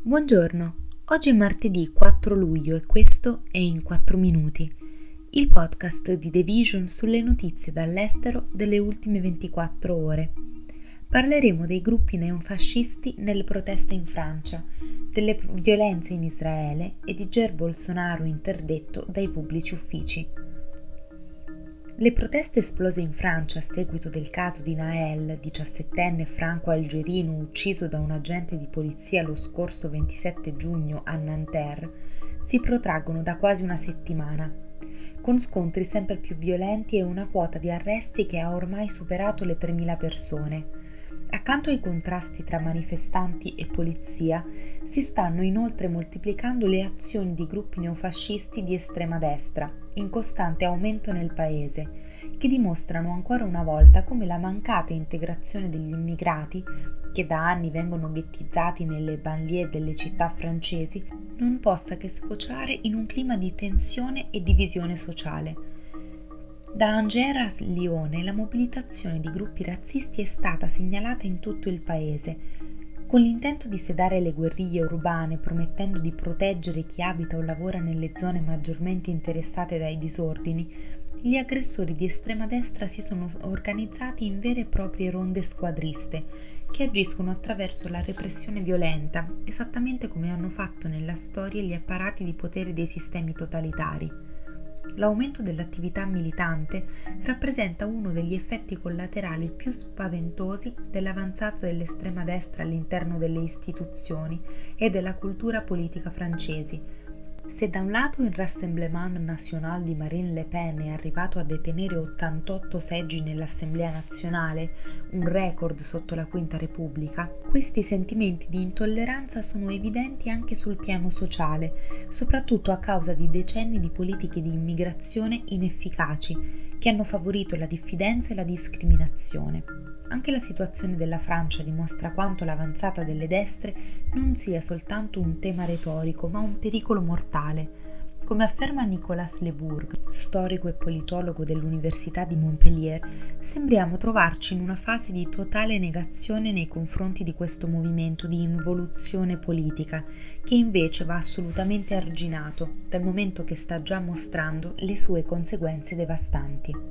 Buongiorno, oggi è martedì 4 luglio e questo è In 4 Minuti, il podcast di The Vision sulle notizie dall'estero delle ultime 24 ore. Parleremo dei gruppi neofascisti nelle proteste in Francia, delle violenze in Israele e di Jair Bolsonaro interdetto dai pubblici uffici. Le proteste esplose in Francia a seguito del caso di Nahel, 17enne franco-algerino ucciso da un agente di polizia lo scorso 27 giugno a Nanterre, si protraggono da quasi una settimana, con scontri sempre più violenti e una quota di arresti che ha ormai superato le 3.000 persone. Accanto ai contrasti tra manifestanti e polizia, si stanno inoltre moltiplicando le azioni di gruppi neofascisti di estrema destra, in costante aumento nel paese, che dimostrano ancora una volta come la mancata integrazione degli immigrati, che da anni vengono ghettizzati nelle banlieue delle città francesi, non possa che sfociare in un clima di tensione e divisione sociale. Da Angers a Lione la mobilitazione di gruppi razzisti è stata segnalata in tutto il paese, con l'intento di sedare le guerriglie urbane promettendo di proteggere chi abita o lavora nelle zone maggiormente interessate dai disordini. Gli aggressori di estrema destra si sono organizzati in vere e proprie ronde squadriste, che agiscono attraverso la repressione violenta, esattamente come hanno fatto nella storia gli apparati di potere dei sistemi totalitari. L'aumento dell'attività militante rappresenta uno degli effetti collaterali più spaventosi dell'avanzata dell'estrema destra all'interno delle istituzioni e della cultura politica francesi. Se da un lato il Rassemblement National di Marine Le Pen è arrivato a detenere 88 seggi nell'Assemblea nazionale, un record sotto la Quinta Repubblica, questi sentimenti di intolleranza sono evidenti anche sul piano sociale, soprattutto a causa di decenni di politiche di immigrazione inefficaci, che hanno favorito la diffidenza e la discriminazione. Anche la situazione della Francia dimostra quanto l'avanzata delle destre non sia soltanto un tema retorico, ma un pericolo mortale. Come afferma Nicolas Le Bourg, storico e politologo dell'Università di Montpellier, sembriamo trovarci in una fase di totale negazione nei confronti di questo movimento di involuzione politica, che invece va assolutamente arginato, dal momento che sta già mostrando le sue conseguenze devastanti.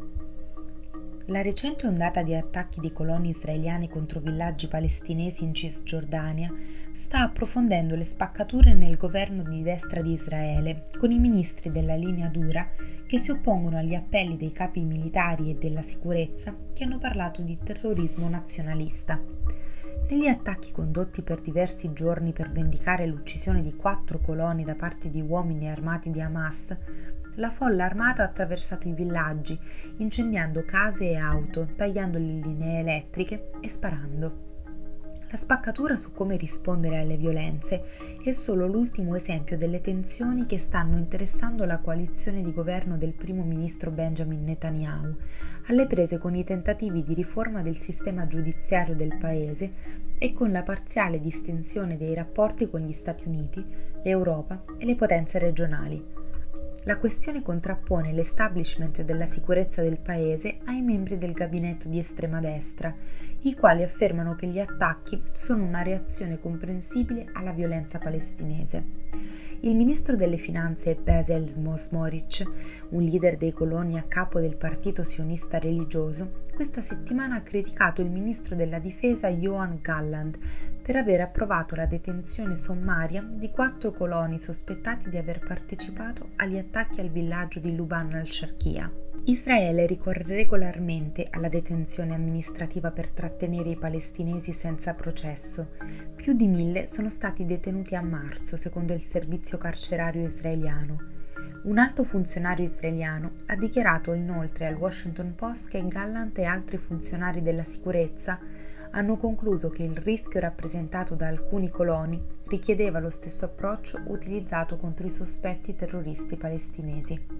La recente ondata di attacchi di coloni israeliani contro villaggi palestinesi in Cisgiordania sta approfondendo le spaccature nel governo di destra di Israele, con i ministri della linea dura che si oppongono agli appelli dei capi militari e della sicurezza che hanno parlato di terrorismo nazionalista. Negli attacchi condotti per diversi giorni per vendicare l'uccisione di 4 coloni da parte di uomini armati di Hamas, la folla armata ha attraversato i villaggi, incendiando case e auto, tagliando le linee elettriche e sparando. La spaccatura su come rispondere alle violenze è solo l'ultimo esempio delle tensioni che stanno interessando la coalizione di governo del primo ministro Benjamin Netanyahu, alle prese con i tentativi di riforma del sistema giudiziario del paese e con la parziale distensione dei rapporti con gli Stati Uniti, l'Europa e le potenze regionali. La questione contrappone l'establishment della sicurezza del paese ai membri del gabinetto di estrema destra, i quali affermano che gli attacchi sono una reazione comprensibile alla violenza palestinese. Il ministro delle finanze Bezalel Smotrich, un leader dei coloni a capo del partito sionista religioso, questa settimana ha criticato il ministro della difesa Yoav Gallant per aver approvato la detenzione sommaria di 4 coloni sospettati di aver partecipato agli attacchi al villaggio di Luban al-Sharqiya. Israele ricorre regolarmente alla detenzione amministrativa per trattenere i palestinesi senza processo. Più di 1.000 sono stati detenuti a marzo, secondo il servizio carcerario israeliano. Un alto funzionario israeliano ha dichiarato inoltre al Washington Post che Gallant e altri funzionari della sicurezza hanno concluso che il rischio rappresentato da alcuni coloni richiedeva lo stesso approccio utilizzato contro i sospetti terroristi palestinesi.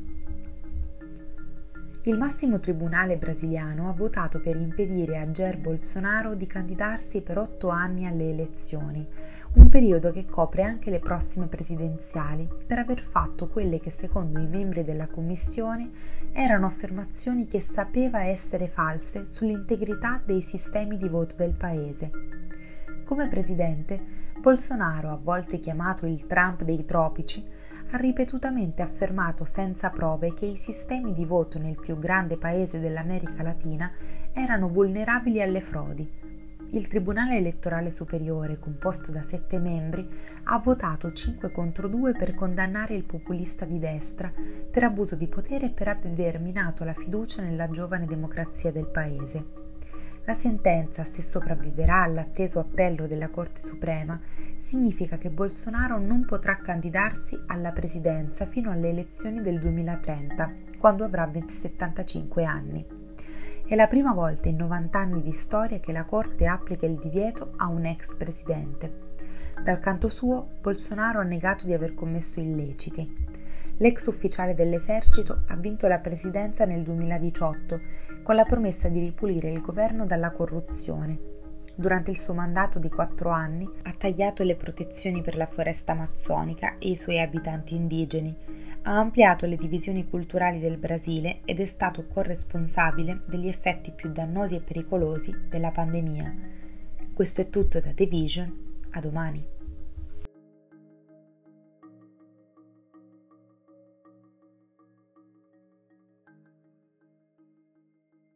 Il massimo tribunale brasiliano ha votato per impedire a Jair Bolsonaro di candidarsi per 8 anni alle elezioni, un periodo che copre anche le prossime presidenziali, per aver fatto quelle che secondo i membri della commissione erano affermazioni che sapeva essere false sull'integrità dei sistemi di voto del paese. Come presidente, Bolsonaro, a volte chiamato il Trump dei tropici, ha ripetutamente affermato senza prove che i sistemi di voto nel più grande paese dell'America Latina erano vulnerabili alle frodi. Il Tribunale Elettorale Superiore, composto da 7 membri, ha votato 5 contro 2 per condannare il populista di destra per abuso di potere e per aver minato la fiducia nella giovane democrazia del paese. La sentenza, se sopravviverà all'atteso appello della Corte Suprema, significa che Bolsonaro non potrà candidarsi alla presidenza fino alle elezioni del 2030, quando avrà 75 anni. È la prima volta in 90 anni di storia che la Corte applica il divieto a un ex presidente. Dal canto suo, Bolsonaro ha negato di aver commesso illeciti. L'ex ufficiale dell'esercito ha vinto la presidenza nel 2018 con la promessa di ripulire il governo dalla corruzione. Durante il suo mandato di 4 anni ha tagliato le protezioni per la foresta amazzonica e i suoi abitanti indigeni, ha ampliato le divisioni culturali del Brasile ed è stato corresponsabile degli effetti più dannosi e pericolosi della pandemia. Questo è tutto da The Vision, a domani.